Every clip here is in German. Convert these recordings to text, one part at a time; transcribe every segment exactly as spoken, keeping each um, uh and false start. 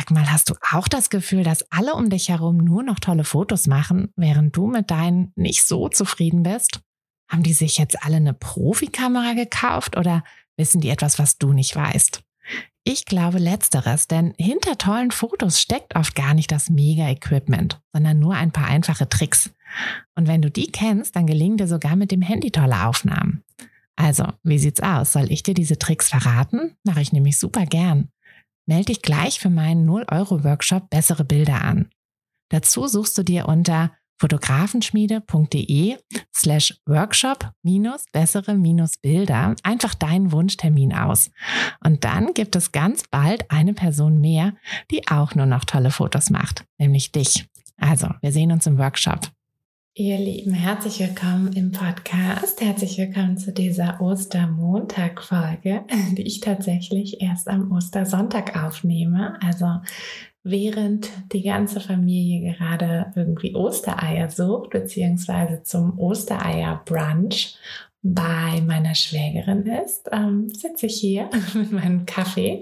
Sag mal, hast du auch das Gefühl, dass alle um dich herum nur noch tolle Fotos machen, während du mit deinen nicht so zufrieden bist? Haben die sich jetzt alle eine Profikamera gekauft oder wissen die etwas, was du nicht weißt? Ich glaube letzteres, denn hinter tollen Fotos steckt oft gar nicht das Mega-Equipment, sondern nur ein paar einfache Tricks. Und wenn du die kennst, dann gelingen dir sogar mit dem Handy tolle Aufnahmen. Also, wie sieht's aus? Soll ich dir diese Tricks verraten? Mache ich nämlich super gern. Melde dich gleich für meinen null Euro Workshop Bessere Bilder an. Dazu suchst du dir unter fotografenschmiede.de slash workshop minus bessere minus Bilder einfach deinen Wunschtermin aus. Und dann gibt es ganz bald eine Person mehr, die auch nur noch tolle Fotos macht, nämlich dich. Also, wir sehen uns im Workshop. Ihr Lieben, herzlich willkommen im Podcast. Herzlich willkommen zu dieser Ostermontag-Folge, die ich tatsächlich erst am Ostersonntag aufnehme. Also während die ganze Familie gerade irgendwie Ostereier sucht, beziehungsweise zum Ostereier-Brunch bei meiner Schwägerin ist, ähm, sitze ich hier mit meinem Kaffee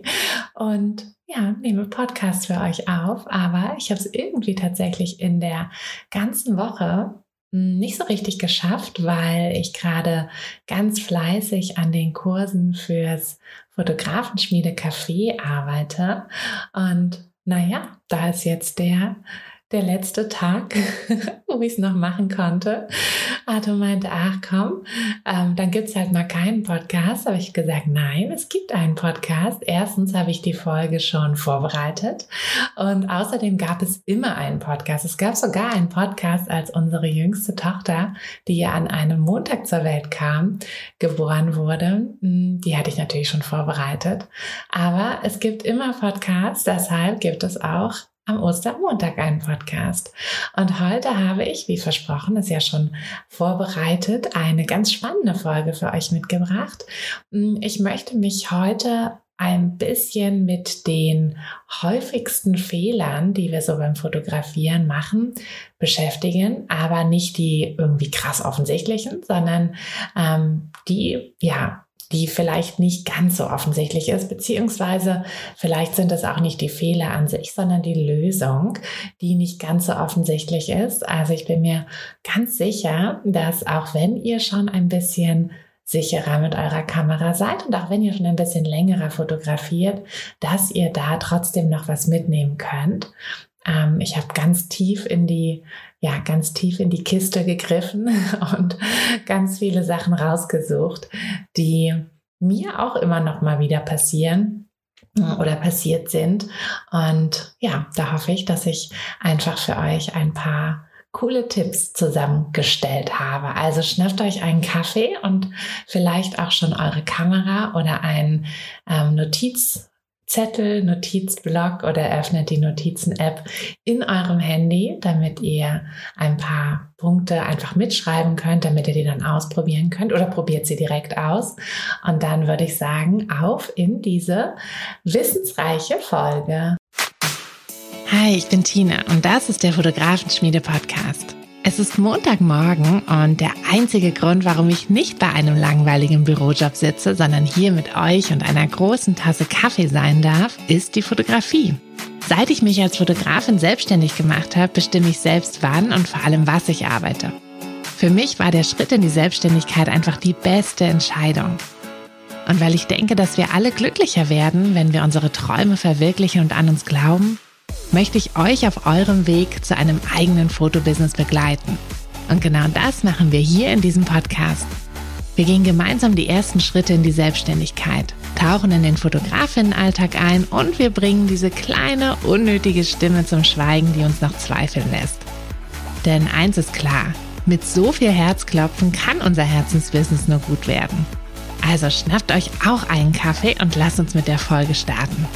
und ja, nehme Podcast für euch auf. Aber ich habe es irgendwie tatsächlich in der ganzen Woche nicht so richtig geschafft, weil ich gerade ganz fleißig an den Kursen fürs Fotografenschmiede Café arbeite. Und naja, da ist jetzt der, der letzte Tag, wo ich es noch machen konnte. Arthur meinte, ach komm, ähm, dann gibt es halt mal keinen Podcast. Habe ich gesagt, nein, es gibt einen Podcast. Erstens habe ich die Folge schon vorbereitet und außerdem gab es immer einen Podcast. Es gab sogar einen Podcast, als unsere jüngste Tochter, die ja an einem Montag zur Welt kam, geboren wurde. Die hatte ich natürlich schon vorbereitet. Aber es gibt immer Podcasts, deshalb gibt es auch am Ostermontag einen Podcast. Und heute habe ich, wie versprochen, ist ja schon vorbereitet, eine ganz spannende Folge für euch mitgebracht. Ich möchte mich heute ein bisschen mit den häufigsten Fehlern, die wir so beim Fotografieren machen, beschäftigen, aber nicht die irgendwie krass offensichtlichen, sondern ähm, die, ja, die vielleicht nicht ganz so offensichtlich ist, beziehungsweise vielleicht sind es auch nicht die Fehler an sich, sondern die Lösung, die nicht ganz so offensichtlich ist. Also ich bin mir ganz sicher, dass auch wenn ihr schon ein bisschen sicherer mit eurer Kamera seid und auch wenn ihr schon ein bisschen längerer fotografiert, dass ihr da trotzdem noch was mitnehmen könnt. Ähm, ich habe ganz tief in die ja, ganz tief in die Kiste gegriffen und ganz viele Sachen rausgesucht, die mir auch immer noch mal wieder passieren oder passiert sind. Und ja, da hoffe ich, dass ich einfach für euch ein paar coole Tipps zusammengestellt habe. Also schnappt euch einen Kaffee und vielleicht auch schon eure Kamera oder einen ähm, Notiz Zettel, Notizblock oder öffnet die Notizen-App in eurem Handy, damit ihr ein paar Punkte einfach mitschreiben könnt, damit ihr die dann ausprobieren könnt oder probiert sie direkt aus. Und dann würde ich sagen, auf in diese wissensreiche Folge. Hi, ich bin Tina und das ist der Fotografenschmiede-Podcast. Es ist Montagmorgen und der einzige Grund, warum ich nicht bei einem langweiligen Bürojob sitze, sondern hier mit euch und einer großen Tasse Kaffee sein darf, ist die Fotografie. Seit ich mich als Fotografin selbstständig gemacht habe, bestimme ich selbst wann und vor allem was ich arbeite. Für mich war der Schritt in die Selbstständigkeit einfach die beste Entscheidung. Und weil ich denke, dass wir alle glücklicher werden, wenn wir unsere Träume verwirklichen und an uns glauben, möchte ich euch auf eurem Weg zu einem eigenen Fotobusiness begleiten. Und genau das machen wir hier in diesem Podcast. Wir gehen gemeinsam die ersten Schritte in die Selbstständigkeit, tauchen in den Fotografinnenalltag ein und wir bringen diese kleine, unnötige Stimme zum Schweigen, die uns noch zweifeln lässt. Denn eins ist klar, mit so viel Herzklopfen kann unser Herzensbusiness nur gut werden. Also schnappt euch auch einen Kaffee und lasst uns mit der Folge starten.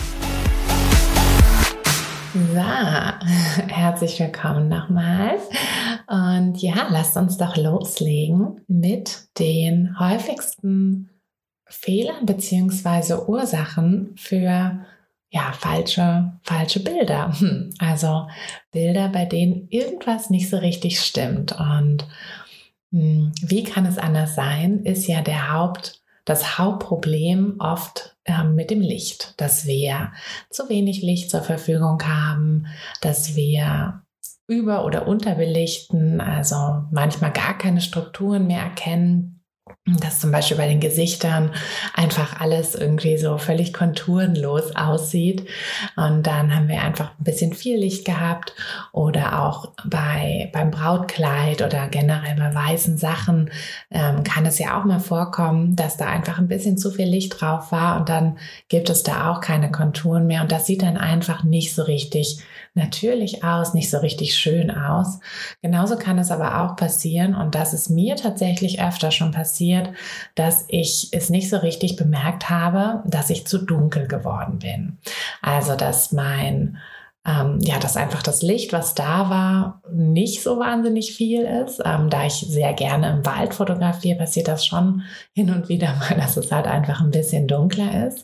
So, herzlich willkommen nochmal und ja, lasst uns doch loslegen mit den häufigsten Fehlern bzw. Ursachen für ja, falsche, falsche Bilder. Also Bilder, bei denen irgendwas nicht so richtig stimmt. Und wie kann es anders sein, ist ja der Haupt das Hauptproblem oft ähm, mit dem Licht, dass wir zu wenig Licht zur Verfügung haben, dass wir über- oder unterbelichten, also manchmal gar keine Strukturen mehr erkennen. Dass zum Beispiel bei den Gesichtern einfach alles irgendwie so völlig konturenlos aussieht. Und dann haben wir einfach ein bisschen viel Licht gehabt oder auch bei, beim Brautkleid oder generell bei weißen Sachen ähm, kann es ja auch mal vorkommen, dass da einfach ein bisschen zu viel Licht drauf war und dann gibt es da auch keine Konturen mehr und das sieht dann einfach nicht so richtig natürlich aus, nicht so richtig schön aus. Genauso kann es aber auch passieren, und das ist mir tatsächlich öfter schon passiert, dass ich es nicht so richtig bemerkt habe, dass ich zu dunkel geworden bin. Also, dass mein Ähm, ja, dass einfach das Licht, was da war, nicht so wahnsinnig viel ist. Ähm, da ich sehr gerne im Wald fotografiere, passiert das schon hin und wieder mal, dass es halt einfach ein bisschen dunkler ist.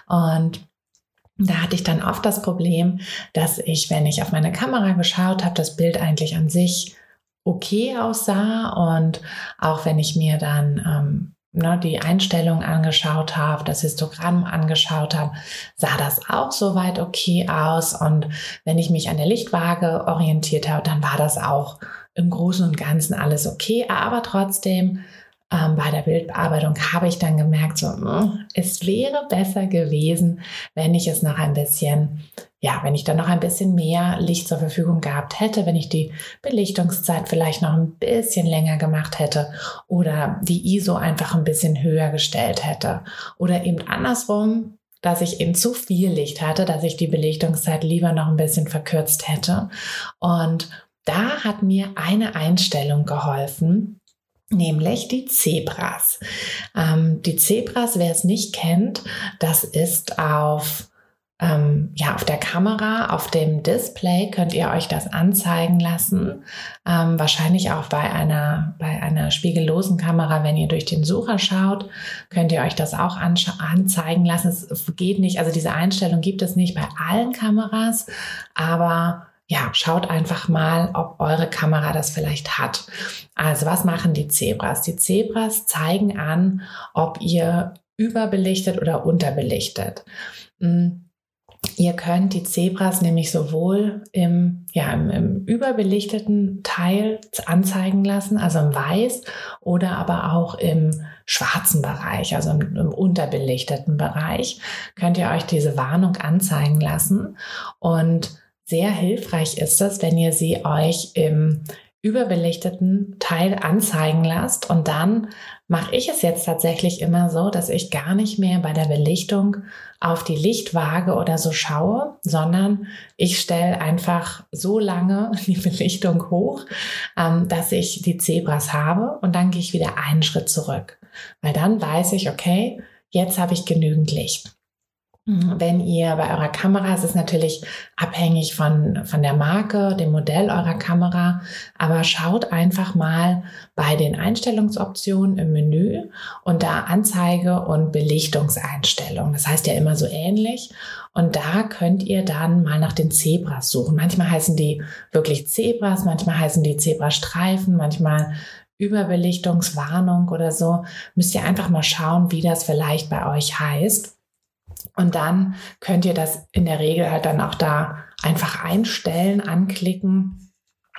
Und da hatte ich dann oft das Problem, dass ich, wenn ich auf meine Kamera geschaut habe, das Bild eigentlich an sich okay aussah. Und auch wenn ich mir dann ähm, ne, die Einstellungen angeschaut habe, das Histogramm angeschaut habe, sah das auch soweit okay aus. Und wenn ich mich an der Lichtwaage orientiert habe, dann war das auch im Großen und Ganzen alles okay. Aber trotzdem Ähm, bei der Bildbearbeitung habe ich dann gemerkt, so, mh, es wäre besser gewesen, wenn ich es noch ein bisschen, ja, wenn ich dann noch ein bisschen mehr Licht zur Verfügung gehabt hätte, wenn ich die Belichtungszeit vielleicht noch ein bisschen länger gemacht hätte oder die I S O einfach ein bisschen höher gestellt hätte oder eben andersrum, dass ich eben zu viel Licht hatte, dass ich die Belichtungszeit lieber noch ein bisschen verkürzt hätte. Und da hat mir eine Einstellung geholfen, nämlich die Zebras. Ähm, die Zebras, wer es nicht kennt, das ist auf, ähm, ja, auf der Kamera, auf dem Display könnt ihr euch das anzeigen lassen. Ähm, wahrscheinlich auch bei einer, bei einer spiegellosen Kamera, wenn ihr durch den Sucher schaut, könnt ihr euch das auch anzeigen lassen. Es geht nicht, also diese Einstellung gibt es nicht bei allen Kameras, aber ja, schaut einfach mal, ob eure Kamera das vielleicht hat. Also was machen die Zebras? Die Zebras zeigen an, ob ihr überbelichtet oder unterbelichtet. Ihr könnt die Zebras nämlich sowohl im, ja, im, im überbelichteten Teil anzeigen lassen, also im Weiß, oder aber auch im schwarzen Bereich, also im, im unterbelichteten Bereich, könnt ihr euch diese Warnung anzeigen lassen. Und sehr hilfreich ist es, wenn ihr sie euch im überbelichteten Teil anzeigen lasst. Und dann mache ich es jetzt tatsächlich immer so, dass ich gar nicht mehr bei der Belichtung auf die Lichtwaage oder so schaue, sondern ich stelle einfach so lange die Belichtung hoch, dass ich die Zebras habe, und dann gehe ich wieder einen Schritt zurück. Weil dann weiß ich, okay, jetzt habe ich genügend Licht. Wenn ihr bei eurer Kamera, es ist natürlich abhängig von, von der Marke, dem Modell eurer Kamera, aber schaut einfach mal bei den Einstellungsoptionen im Menü und da Anzeige und Belichtungseinstellungen. Das heißt ja immer so ähnlich. Und da könnt ihr dann mal nach den Zebras suchen. Manchmal heißen die wirklich Zebras, manchmal heißen die Zebrastreifen, manchmal Überbelichtungswarnung oder so. Müsst ihr einfach mal schauen, wie das vielleicht bei euch heißt. Und dann könnt ihr das in der Regel halt dann auch da einfach einstellen, anklicken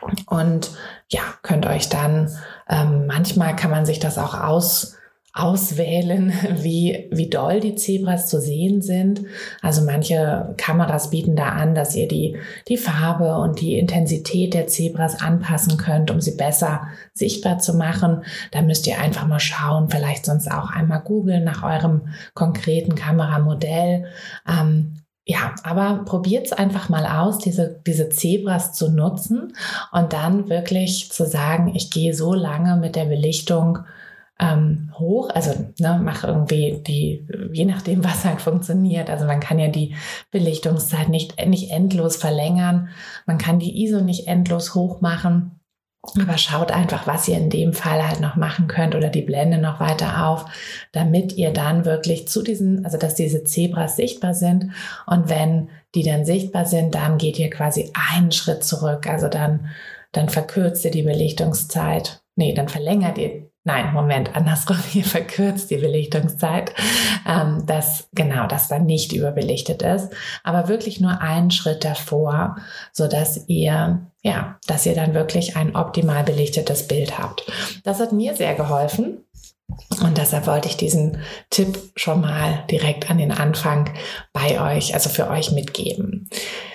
und ja, könnt euch dann, ähm, manchmal kann man sich das auch aus, auswählen, wie, wie doll die Zebras zu sehen sind. Also manche Kameras bieten da an, dass ihr die, die Farbe und die Intensität der Zebras anpassen könnt, um sie besser sichtbar zu machen. Da müsst ihr einfach mal schauen, vielleicht sonst auch einmal googeln nach eurem konkreten Kameramodell. Ähm, Ja, aber probiert es einfach mal aus, diese, diese Zebras zu nutzen und dann wirklich zu sagen, ich gehe so lange mit der Belichtung ähm, hoch, also ne, mach irgendwie die, je nachdem, was halt funktioniert. Also man kann ja die Belichtungszeit nicht, nicht endlos verlängern, man kann die I S O nicht endlos hoch machen. Aber schaut einfach, was ihr in dem Fall halt noch machen könnt oder die Blende noch weiter auf, damit ihr dann wirklich zu diesen, also dass diese Zebras sichtbar sind. Und wenn die dann sichtbar sind, dann geht ihr quasi einen Schritt zurück. Also dann, dann verkürzt ihr die Belichtungszeit. Nee, dann verlängert ihr nein, Moment, andersrum, ihr verkürzt die Belichtungszeit, ähm, dass genau, dass dann nicht überbelichtet ist, aber wirklich nur einen Schritt davor, sodass ihr, ja, dass ihr dann wirklich ein optimal belichtetes Bild habt. Das hat mir sehr geholfen. Und deshalb wollte ich diesen Tipp schon mal direkt an den Anfang bei euch, also für euch mitgeben.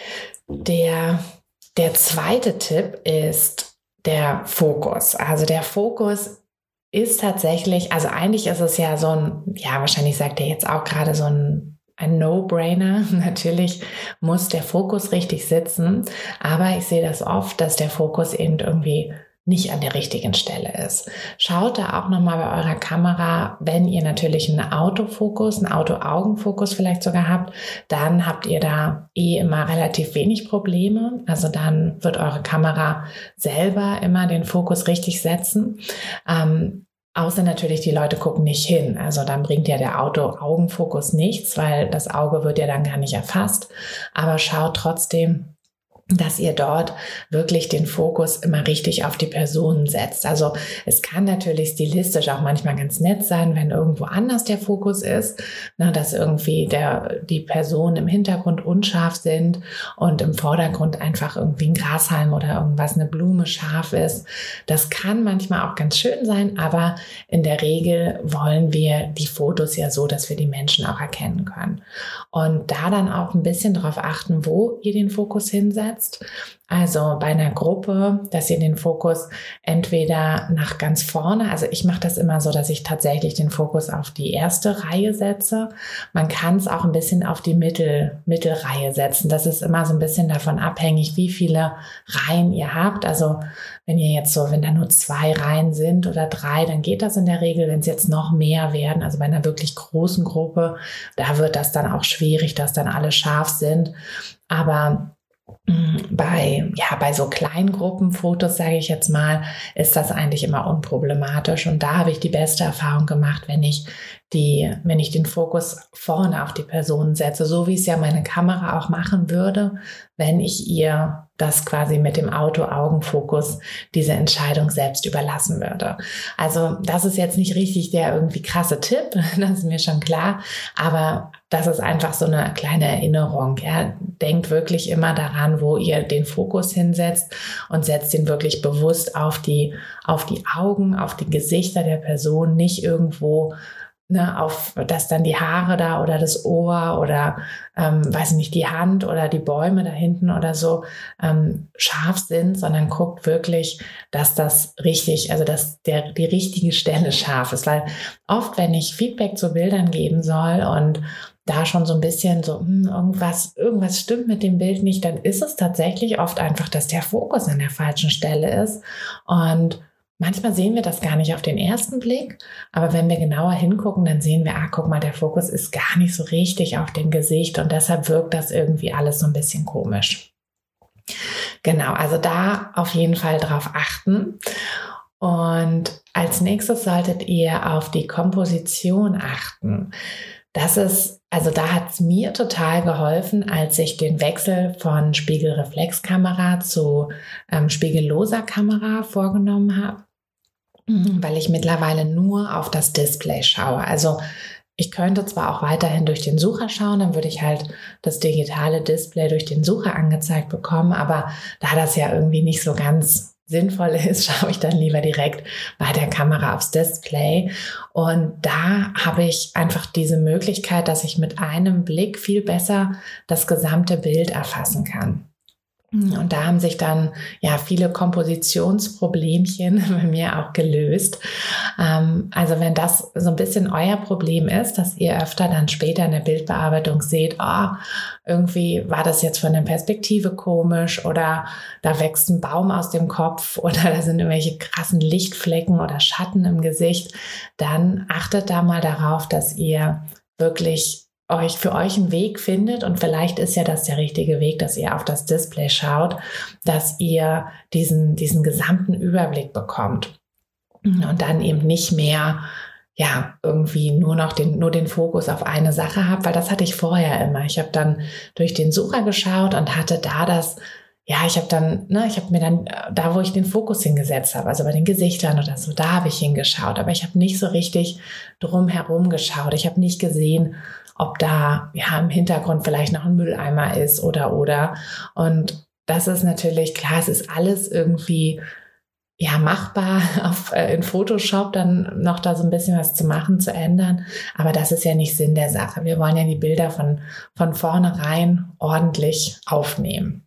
Der, der zweite Tipp ist der Fokus. Also der Fokus ist tatsächlich, also eigentlich ist es ja so ein, ja, wahrscheinlich sagt ihr jetzt auch gerade so ein, ein No-Brainer. Natürlich muss der Fokus richtig sitzen, aber ich sehe das oft, dass der Fokus eben irgendwie nicht an der richtigen Stelle ist. Schaut da auch nochmal bei eurer Kamera, wenn ihr natürlich einen Autofokus, einen Auto-Augen-Fokus vielleicht sogar habt, dann habt ihr da eh immer relativ wenig Probleme. Also dann wird eure Kamera selber immer den Fokus richtig setzen. Ähm, Außer natürlich, die Leute gucken nicht hin. Also dann bringt ja der Auto-Augen-Fokus nichts, weil das Auge wird ja dann gar nicht erfasst. Aber schaut trotzdem, dass ihr dort wirklich den Fokus immer richtig auf die Personen setzt. Also es kann natürlich stilistisch auch manchmal ganz nett sein, wenn irgendwo anders der Fokus ist, ne, dass irgendwie der, die Personen im Hintergrund unscharf sind und im Vordergrund einfach irgendwie ein Grashalm oder irgendwas, eine Blume scharf ist. Das kann manchmal auch ganz schön sein, aber in der Regel wollen wir die Fotos ja so, dass wir die Menschen auch erkennen können. Und da dann auch ein bisschen darauf achten, wo ihr den Fokus hinsetzt. Also bei einer Gruppe, dass ihr den Fokus entweder nach ganz vorne, also ich mache das immer so, dass ich tatsächlich den Fokus auf die erste Reihe setze. Man kann es auch ein bisschen auf die Mittel, Mittelreihe setzen. Das ist immer so ein bisschen davon abhängig, wie viele Reihen ihr habt. Also wenn ihr jetzt so, wenn da nur zwei Reihen sind oder drei, dann geht das in der Regel. Wenn es jetzt noch mehr werden, also bei einer wirklich großen Gruppe, da wird das dann auch schwierig, dass dann alle scharf sind. Aber Bei, ja, bei so kleinen Gruppenfotos, sage ich jetzt mal, ist das eigentlich immer unproblematisch. Und da habe ich die beste Erfahrung gemacht, wenn ich, die, wenn ich den Fokus vorne auf die Person setze, so wie es ja meine Kamera auch machen würde, wenn ich ihr das quasi mit dem Auto-Augen-Fokus diese Entscheidung selbst überlassen würde. Also das ist jetzt nicht richtig der irgendwie krasse Tipp, das ist mir schon klar, aber das ist einfach so eine kleine Erinnerung. Ja. Denkt wirklich immer daran, wo ihr den Fokus hinsetzt und setzt ihn wirklich bewusst auf die, auf die Augen, auf die Gesichter der Person, nicht irgendwo, ne, auf, dass dann die Haare da oder das Ohr oder, ähm, weiß nicht, die Hand oder die Bäume da hinten oder so ähm, scharf sind, sondern guckt wirklich, dass das richtig, also dass der, die richtige Stelle scharf ist. Weil oft, wenn ich Feedback zu Bildern geben soll und da schon so ein bisschen so, hm, irgendwas, irgendwas stimmt mit dem Bild nicht, dann ist es tatsächlich oft einfach, dass der Fokus an der falschen Stelle ist. Und manchmal sehen wir das gar nicht auf den ersten Blick, aber wenn wir genauer hingucken, dann sehen wir, ah, guck mal, der Fokus ist gar nicht so richtig auf dem Gesicht und deshalb wirkt das irgendwie alles so ein bisschen komisch. Genau, also da auf jeden Fall drauf achten. Und als nächstes solltet ihr auf die Komposition achten. Das ist, also da hat es mir total geholfen, als ich den Wechsel von Spiegelreflexkamera zu ähm, spiegelloser Kamera vorgenommen habe, weil ich mittlerweile nur auf das Display schaue. Also ich könnte zwar auch weiterhin durch den Sucher schauen, dann würde ich halt das digitale Display durch den Sucher angezeigt bekommen, aber da das ja irgendwie nicht so ganz sinnvoll ist, schaue ich dann lieber direkt bei der Kamera aufs Display. Und da habe ich einfach diese Möglichkeit, dass ich mit einem Blick viel besser das gesamte Bild erfassen kann. Und da haben sich dann ja viele Kompositionsproblemchen bei mir auch gelöst. Ähm, also wenn das so ein bisschen euer Problem ist, dass ihr öfter dann später in der Bildbearbeitung seht, oh, irgendwie war das jetzt von der Perspektive komisch oder da wächst ein Baum aus dem Kopf oder da sind irgendwelche krassen Lichtflecken oder Schatten im Gesicht, dann achtet da mal darauf, dass ihr wirklich euch für euch einen Weg findet und vielleicht ist ja das der richtige Weg, dass ihr auf das Display schaut, dass ihr diesen, diesen gesamten Überblick bekommt und dann eben nicht mehr ja, irgendwie nur noch den, nur den Fokus auf eine Sache habt, weil das hatte ich vorher immer. Ich habe dann durch den Sucher geschaut und hatte da das, ja, ich habe dann, ne, ich habe mir dann äh, da, wo ich den Fokus hingesetzt habe, also bei den Gesichtern oder so, da habe ich hingeschaut, aber ich habe nicht so richtig drumherum geschaut. Ich habe nicht gesehen, ob da ja im Hintergrund vielleicht noch ein Mülleimer ist oder oder. Und das ist natürlich klar, es ist alles irgendwie ja machbar auf, äh, in Photoshop dann noch da so ein bisschen was zu machen, zu ändern. Aber das ist ja nicht Sinn der Sache. Wir wollen ja die Bilder von, von vornherein ordentlich aufnehmen.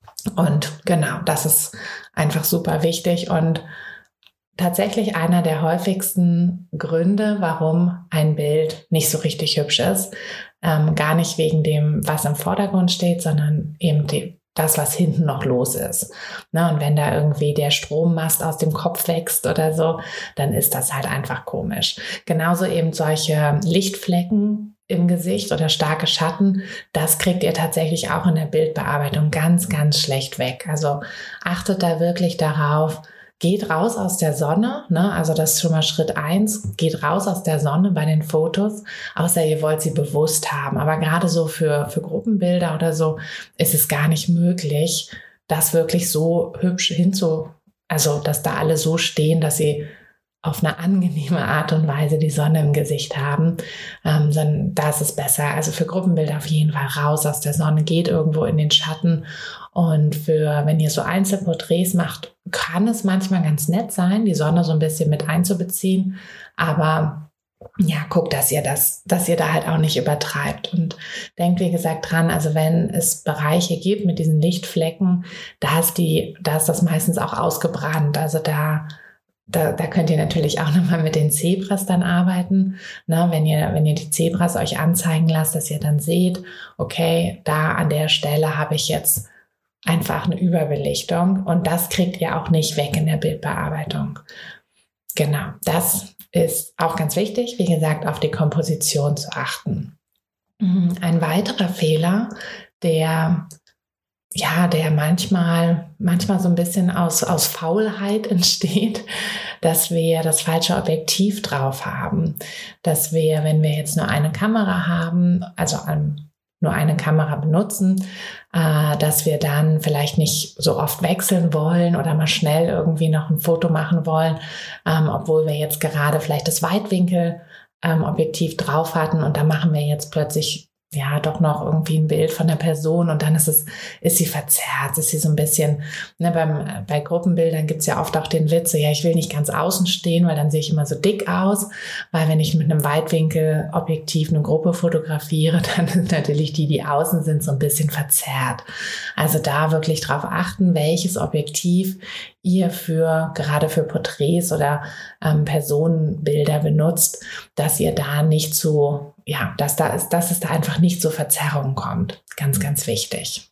Und genau, das ist einfach super wichtig und tatsächlich einer der häufigsten Gründe, warum ein Bild nicht so richtig hübsch ist. Ähm, gar nicht wegen dem, was im Vordergrund steht, sondern eben die, das, was hinten noch los ist. Na, und wenn da irgendwie der Strommast aus dem Kopf wächst oder so, dann ist das halt einfach komisch. Genauso eben solche Lichtflecken im Gesicht oder starke Schatten, das kriegt ihr tatsächlich auch in der Bildbearbeitung ganz, ganz schlecht weg. Also achtet da wirklich darauf, geht raus aus der Sonne, ne? Also das ist schon mal Schritt eins, geht raus aus der Sonne bei den Fotos, außer ihr wollt sie bewusst haben. Aber gerade so für, für Gruppenbilder oder so ist es gar nicht möglich, das wirklich so hübsch hinzu, also dass da alle so stehen, dass sie auf eine angenehme Art und Weise die Sonne im Gesicht haben, ähm, dann da ist es besser. Also für Gruppenbilder auf jeden Fall raus aus der Sonne, geht irgendwo in den Schatten. Und für, wenn ihr so Einzelporträts macht, kann es manchmal ganz nett sein, die Sonne so ein bisschen mit einzubeziehen. Aber ja, guckt, dass ihr das, dass ihr da halt auch nicht übertreibt. Und denkt, wie gesagt, dran, also wenn es Bereiche gibt mit diesen Lichtflecken, da ist die, da ist das meistens auch ausgebrannt. Also da Da, da könnt ihr natürlich auch nochmal mit den Zebras dann arbeiten. Ne, wenn ihr, wenn ihr die Zebras euch anzeigen lasst, dass ihr dann seht, okay, da an der Stelle habe ich jetzt einfach eine Überbelichtung und das kriegt ihr auch nicht weg in der Bildbearbeitung. Genau, das ist auch ganz wichtig, wie gesagt, auf die Komposition zu achten. Ein weiterer Fehler, der ja, der manchmal, manchmal so ein bisschen aus, aus Faulheit entsteht, dass wir das falsche Objektiv drauf haben. Dass wir, wenn wir jetzt nur eine Kamera haben, also um, nur eine Kamera benutzen, äh, dass wir dann vielleicht nicht so oft wechseln wollen oder mal schnell irgendwie noch ein Foto machen wollen, ähm, obwohl wir jetzt gerade vielleicht das Weitwinkel-Objektiv ähm, drauf hatten und da machen wir jetzt plötzlich ja, doch noch irgendwie ein Bild von der Person und dann ist es, ist sie verzerrt, ist sie so ein bisschen, ne, beim, bei Gruppenbildern gibt's ja oft auch den Witz, ja, ich will nicht ganz außen stehen, weil dann sehe ich immer so dick aus, weil wenn ich mit einem Weitwinkelobjektiv eine Gruppe fotografiere, dann sind natürlich die, die außen sind, so ein bisschen verzerrt. Also da wirklich drauf achten, welches Objektiv ihr für, gerade für Porträts oder ähm, Personenbilder benutzt, dass ihr da nicht zu, ja, dass da ist, dass es da einfach nicht zur Verzerrung kommt. Ganz, ganz wichtig.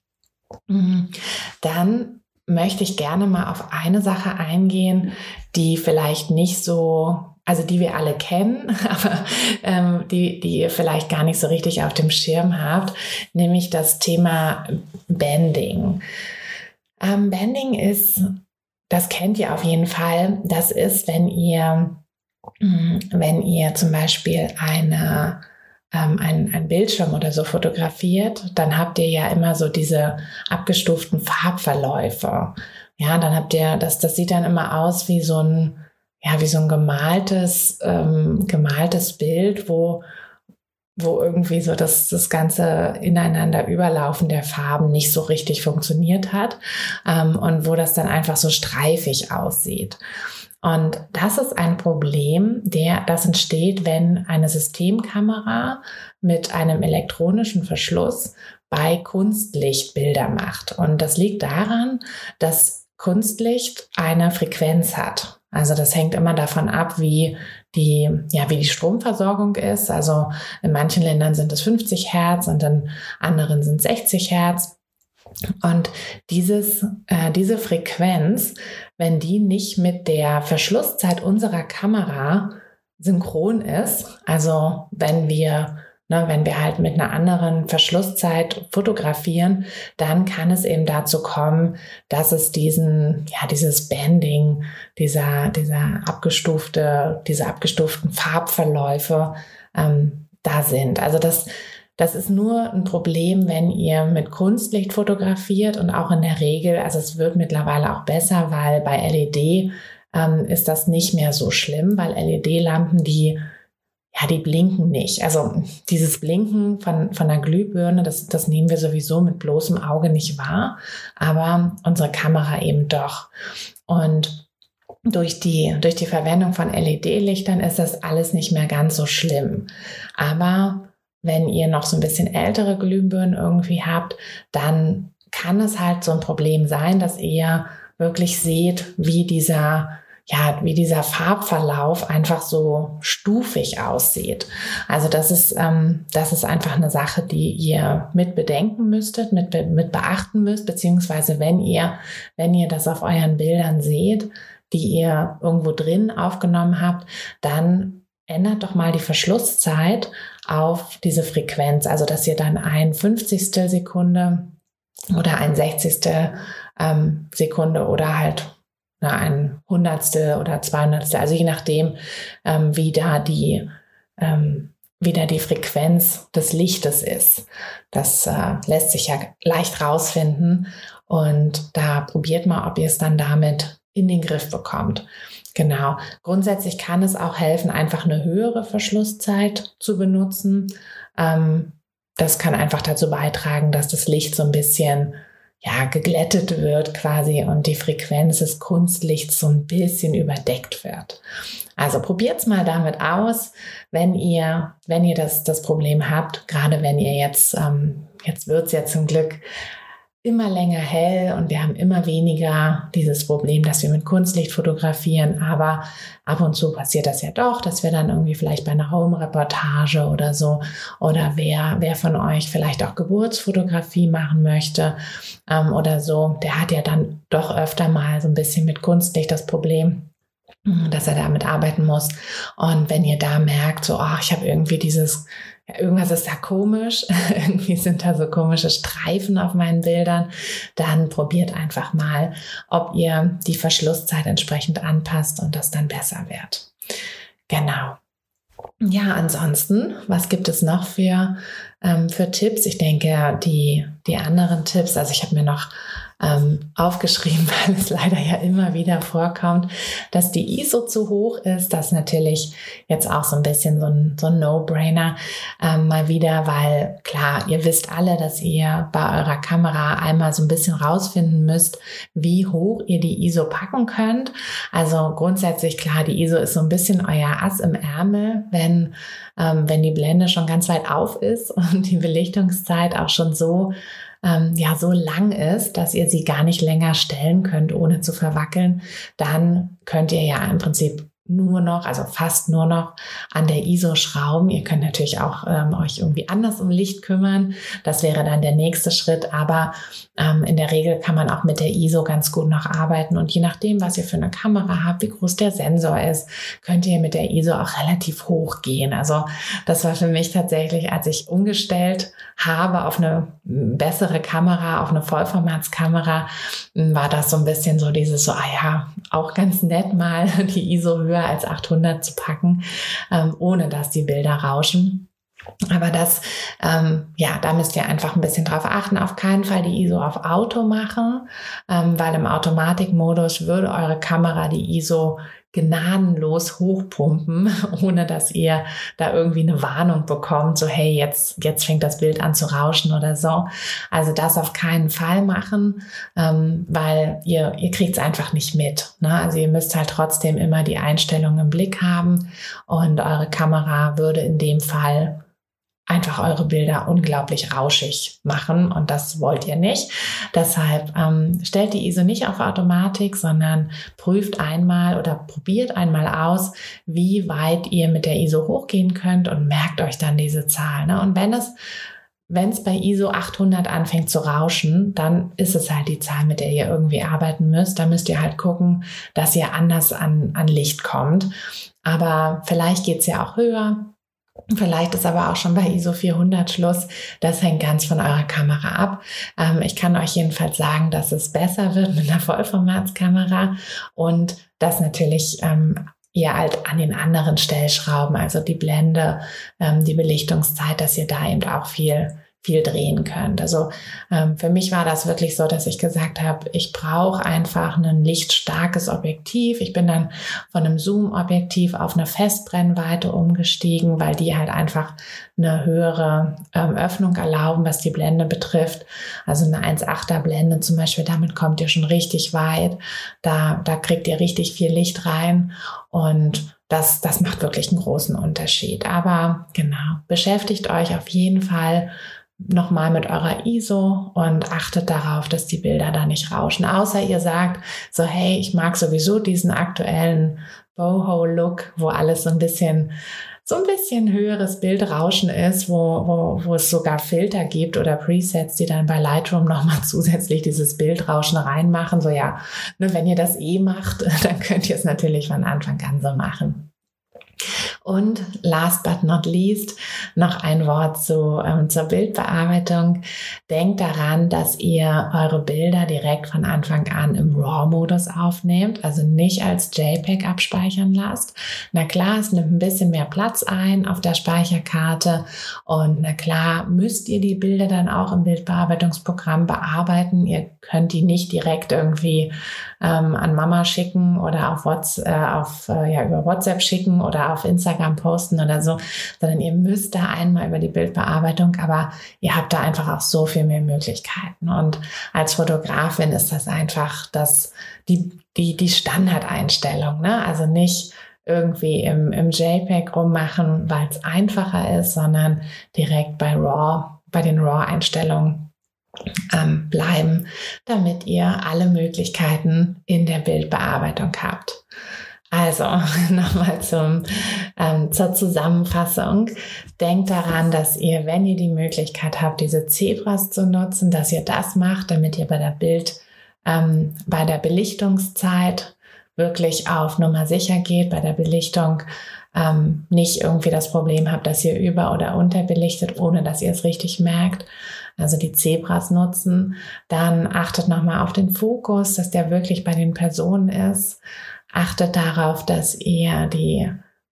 Dann möchte ich gerne mal auf eine Sache eingehen, die vielleicht nicht so, also die wir alle kennen, aber ähm, die, die ihr vielleicht gar nicht so richtig auf dem Schirm habt, nämlich das Thema Banding. Ähm, Banding ist, das kennt ihr auf jeden Fall, das ist, wenn ihr, wenn ihr zum Beispiel eine ähm, ein, ein Bildschirm oder so fotografiert, dann habt ihr ja immer so diese abgestuften Farbverläufe. Ja, dann habt ihr, das, das sieht dann immer aus wie so ein, ja, wie so ein gemaltes, ähm, gemaltes Bild, wo, wo irgendwie so das, das ganze ineinander Überlaufen der Farben nicht so richtig funktioniert hat, ähm, und wo das dann einfach so streifig aussieht. Und das ist ein Problem, der, das entsteht, wenn eine Systemkamera mit einem elektronischen Verschluss bei Kunstlicht Bilder macht. Und das liegt daran, dass Kunstlicht eine Frequenz hat. Also das hängt immer davon ab, wie die, ja, wie die Stromversorgung ist. Also in manchen Ländern sind es fünfzig Hertz und in anderen sind es sechzig Hertz. Und dieses, äh, diese Frequenz, wenn die nicht mit der Verschlusszeit unserer Kamera synchron ist, also wenn wir, ne, wenn wir halt mit einer anderen Verschlusszeit fotografieren, dann kann es eben dazu kommen, dass es diesen, ja, dieses Banding, dieser, dieser abgestufte, diese abgestuften Farbverläufe ähm, da sind. Also das Das ist nur ein Problem, wenn ihr mit Kunstlicht fotografiert und auch in der Regel, also es wird mittlerweile auch besser, weil bei L E D ähm, ist das nicht mehr so schlimm, weil L E D-Lampen, die Ja, die blinken nicht. Also dieses Blinken von, von der Glühbirne, das, das nehmen wir sowieso mit bloßem Auge nicht wahr, aber unsere Kamera eben doch. Und durch die, durch die Verwendung von L E D-Lichtern ist das alles nicht mehr ganz so schlimm. Aber wenn ihr noch so ein bisschen ältere Glühbirnen irgendwie habt, dann kann es halt so ein Problem sein, dass ihr wirklich seht, wie dieser ja, wie dieser Farbverlauf einfach so stufig aussieht. Also das ist, ähm, das ist einfach eine Sache, die ihr mit bedenken müsstet, mit, mit beachten müsst, beziehungsweise wenn ihr, wenn ihr das auf euren Bildern seht, die ihr irgendwo drin aufgenommen habt, dann ändert doch mal die Verschlusszeit auf diese Frequenz, also dass ihr dann ein Fünfzigstel Sekunde oder ein Sechzigstel ähm, Sekunde oder halt ein Hundertstel oder Zweihundertstel, also je nachdem, ähm, wie da die, ähm, wie da die Frequenz des Lichtes ist. Das äh, lässt sich ja leicht rausfinden und da probiert mal, ob ihr es dann damit in den Griff bekommt. Genau. Grundsätzlich kann es auch helfen, einfach eine höhere Verschlusszeit zu benutzen. Ähm, das kann einfach dazu beitragen, dass das Licht so ein bisschen ja, geglättet wird quasi und die Frequenz des Kunstlichts so ein bisschen überdeckt wird. Also probiert's mal damit aus, wenn ihr, wenn ihr das, das Problem habt, gerade wenn ihr jetzt, ähm, jetzt wird's ja zum Glück immer länger hell und wir haben immer weniger dieses Problem, dass wir mit Kunstlicht fotografieren, aber ab und zu passiert das ja doch, dass wir dann irgendwie vielleicht bei einer Home-Reportage oder so oder wer, wer von euch vielleicht auch Geburtsfotografie machen möchte ähm, oder so, der hat ja dann doch öfter mal so ein bisschen mit Kunstlicht das Problem, dass er damit arbeiten muss. Und wenn ihr da merkt, so, oh, ich habe irgendwie dieses Ja, irgendwas ist da komisch, irgendwie sind da so komische Streifen auf meinen Bildern, dann probiert einfach mal, ob ihr die Verschlusszeit entsprechend anpasst und das dann besser wird. Genau. Ja, ansonsten, was gibt es noch für, ähm, für Tipps? Ich denke, die, die anderen Tipps, also ich habe mir noch ähm, aufgeschrieben, weil es leider ja immer wieder vorkommt, dass die I S O zu hoch ist. Das ist natürlich jetzt auch so ein bisschen so ein, so ein No-Brainer ähm, mal wieder, weil klar, ihr wisst alle, dass ihr bei eurer Kamera einmal so ein bisschen rausfinden müsst, wie hoch ihr die I S O packen könnt. Also grundsätzlich klar, die I S O ist so ein bisschen euer Ass im Ärmel, wenn, ähm, wenn die Blende schon ganz weit auf ist und die Belichtungszeit auch schon so ja so lang ist, dass ihr sie gar nicht länger stellen könnt, ohne zu verwackeln, dann könnt ihr ja im Prinzip nur noch, also fast nur noch an der I S O schrauben. Ihr könnt natürlich auch ähm, euch irgendwie anders um Licht kümmern. Das wäre dann der nächste Schritt. Aber ähm, in der Regel kann man auch mit der I S O ganz gut noch arbeiten. Und je nachdem, was ihr für eine Kamera habt, wie groß der Sensor ist, könnt ihr mit der I S O auch relativ hoch gehen. Also das war für mich tatsächlich, als ich umgestellt habe auf eine bessere Kamera, auf eine Vollformatskamera, war das so ein bisschen so dieses so, ah ja, auch ganz nett mal die I S O höher als achthundert zu packen, ähm, ohne dass die Bilder rauschen. Aber das, ähm, ja, da müsst ihr einfach ein bisschen drauf achten. Auf keinen Fall die I S O auf Auto machen, ähm, weil im Automatikmodus würde eure Kamera die I S O gnadenlos hochpumpen, ohne dass ihr da irgendwie eine Warnung bekommt, so hey, jetzt, jetzt fängt das Bild an zu rauschen oder so. Also das auf keinen Fall machen, ähm, weil ihr, ihr kriegt es einfach nicht mit. Ne? Also ihr müsst halt trotzdem immer die Einstellungen im Blick haben und eure Kamera würde in dem Fall einfach eure Bilder unglaublich rauschig machen und das wollt ihr nicht. Deshalb ähm, stellt die I S O nicht auf Automatik, sondern prüft einmal oder probiert einmal aus, wie weit ihr mit der I S O hochgehen könnt und merkt euch dann diese Zahl. Ne? Und wenn es wenn es bei I S O achthundert anfängt zu rauschen, dann ist es halt die Zahl, mit der ihr irgendwie arbeiten müsst. Da müsst ihr halt gucken, dass ihr anders an, an Licht kommt. Aber vielleicht geht es ja auch höher. Vielleicht ist aber auch schon bei I S O vierhundert Schluss. Das hängt ganz von eurer Kamera ab. Ähm, ich kann euch jedenfalls sagen, dass es besser wird mit einer Vollformatskamera und dass natürlich ähm, ihr halt an den anderen Stellschrauben, also die Blende, ähm, die Belichtungszeit, dass ihr da eben auch viel viel drehen könnt. Also ähm, für mich war das wirklich so, dass ich gesagt habe, ich brauche einfach ein lichtstarkes Objektiv. Ich bin dann von einem Zoom-Objektiv auf eine Festbrennweite umgestiegen, weil die halt einfach eine höhere ähm, Öffnung erlauben, was die Blende betrifft. Also eine eins Komma achter Blende zum Beispiel, damit kommt ihr schon richtig weit. Da, da kriegt ihr richtig viel Licht rein und das, das macht wirklich einen großen Unterschied. Aber genau, beschäftigt euch auf jeden Fall nochmal mit eurer I S O und achtet darauf, dass die Bilder da nicht rauschen. Außer ihr sagt so, hey, ich mag sowieso diesen aktuellen Boho-Look, wo alles so ein bisschen so ein bisschen höheres Bildrauschen ist, wo, wo, wo es sogar Filter gibt oder Presets, die dann bei Lightroom nochmal zusätzlich dieses Bildrauschen reinmachen. So ja, ne, wenn ihr das eh macht, dann könnt ihr es natürlich von Anfang an so machen. Und last but not least noch ein Wort zu, ähm, zur Bildbearbeitung. Denkt daran, dass ihr eure Bilder direkt von Anfang an im RAW-Modus aufnehmt, also nicht als JPEG abspeichern lasst. Na klar, es nimmt ein bisschen mehr Platz ein auf der Speicherkarte und na klar müsst ihr die Bilder dann auch im Bildbearbeitungsprogramm bearbeiten. Ihr könnt die nicht direkt irgendwie ähm, an Mama schicken oder auf, WhatsApp, äh, auf äh, ja, über WhatsApp schicken oder auf Instagram posten oder so, sondern ihr müsst da einmal über die Bildbearbeitung, aber ihr habt da einfach auch so viel mehr Möglichkeiten. Und als Fotografin ist das einfach das, die, die, die Standardeinstellung, ne? Also nicht irgendwie im, im JPEG rummachen, weil es einfacher ist, sondern direkt bei RAW, bei den RAW-Einstellungen ähm, bleiben, damit ihr alle Möglichkeiten in der Bildbearbeitung habt. Also nochmal zum, ähm, zur Zusammenfassung. Denkt daran, dass ihr, wenn ihr die Möglichkeit habt, diese Zebras zu nutzen, dass ihr das macht, damit ihr bei der Bild, ähm, bei der Belichtungszeit wirklich auf Nummer sicher geht, bei der Belichtung ähm, nicht irgendwie das Problem habt, dass ihr über- oder unterbelichtet, ohne dass ihr es richtig merkt. Also die Zebras nutzen. Dann achtet nochmal auf den Fokus, dass der wirklich bei den Personen ist. Achtet darauf, dass ihr die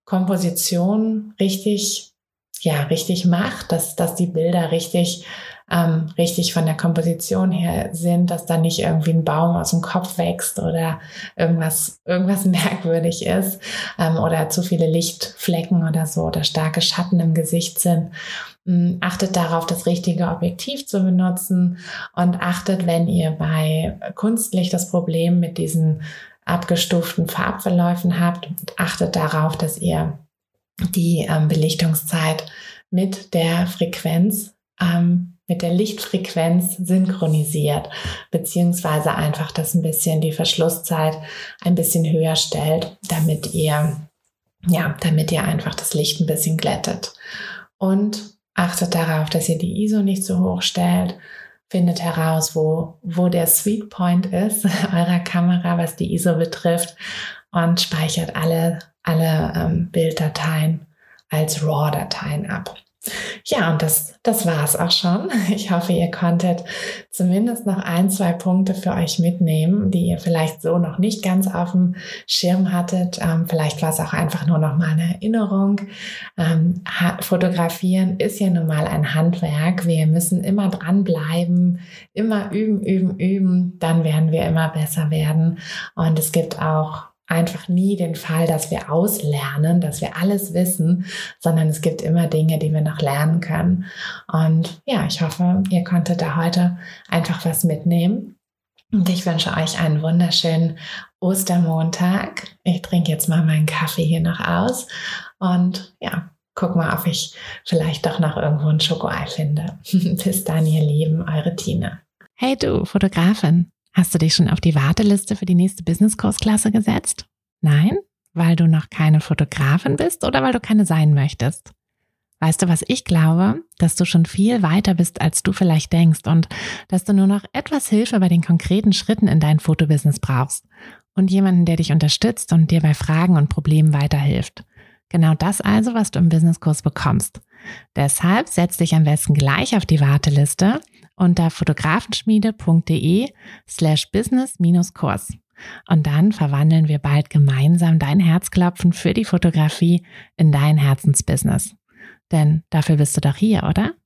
Komposition richtig, ja, richtig macht, dass, dass die Bilder richtig, ähm, richtig von der Komposition her sind, dass da nicht irgendwie ein Baum aus dem Kopf wächst oder irgendwas, irgendwas merkwürdig ist ähm, oder zu viele Lichtflecken oder so oder starke Schatten im Gesicht sind. Achtet darauf, das richtige Objektiv zu benutzen und achtet, wenn ihr bei Kunstlicht das Problem mit diesen abgestuften Farbverläufen habt, achtet darauf, dass ihr die ähm, Belichtungszeit mit der Frequenz, ähm, mit der Lichtfrequenz synchronisiert, beziehungsweise einfach das ein bisschen, die Verschlusszeit ein bisschen höher stellt, damit ihr, ja, damit ihr einfach das Licht ein bisschen glättet. Und achtet darauf, dass ihr die I S O nicht zu hoch stellt. Findet heraus, wo, wo der Sweet Point ist eurer Kamera, was die I S O betrifft und speichert alle, alle ähm, Bilddateien als RAW-Dateien ab. Ja, und das, das war es auch schon. Ich hoffe, ihr konntet zumindest noch ein, zwei Punkte für euch mitnehmen, die ihr vielleicht so noch nicht ganz auf dem Schirm hattet. Ähm, vielleicht war es auch einfach nur noch mal eine Erinnerung. Ähm, Fotografieren ist ja nun mal ein Handwerk. Wir müssen immer dranbleiben, immer üben, üben, üben. Dann werden wir immer besser werden. Und es gibt auch einfach nie den Fall, dass wir auslernen, dass wir alles wissen, sondern es gibt immer Dinge, die wir noch lernen können. Und ja, ich hoffe, ihr konntet da heute einfach was mitnehmen. Und ich wünsche euch einen wunderschönen Ostermontag. Ich trinke jetzt mal meinen Kaffee hier noch aus und ja, guck mal, ob ich vielleicht doch noch irgendwo ein Schokoei finde. Bis dann, ihr Lieben, eure Tina. Hey du, Fotografin. Hast du dich schon auf die Warteliste für die nächste Business-Kursklasse gesetzt? Nein? Weil du noch keine Fotografin bist oder weil du keine sein möchtest? Weißt du, was ich glaube? Dass du schon viel weiter bist, als du vielleicht denkst und dass du nur noch etwas Hilfe bei den konkreten Schritten in dein Fotobusiness brauchst und jemanden, der dich unterstützt und dir bei Fragen und Problemen weiterhilft. Genau das also, was du im Businesskurs bekommst. Deshalb setz dich am besten gleich auf die Warteliste unter fotografenschmiede.de slash business-kurs. Und dann verwandeln wir bald gemeinsam dein Herzklopfen für die Fotografie in dein Herzensbusiness. Denn dafür bist du doch hier, oder?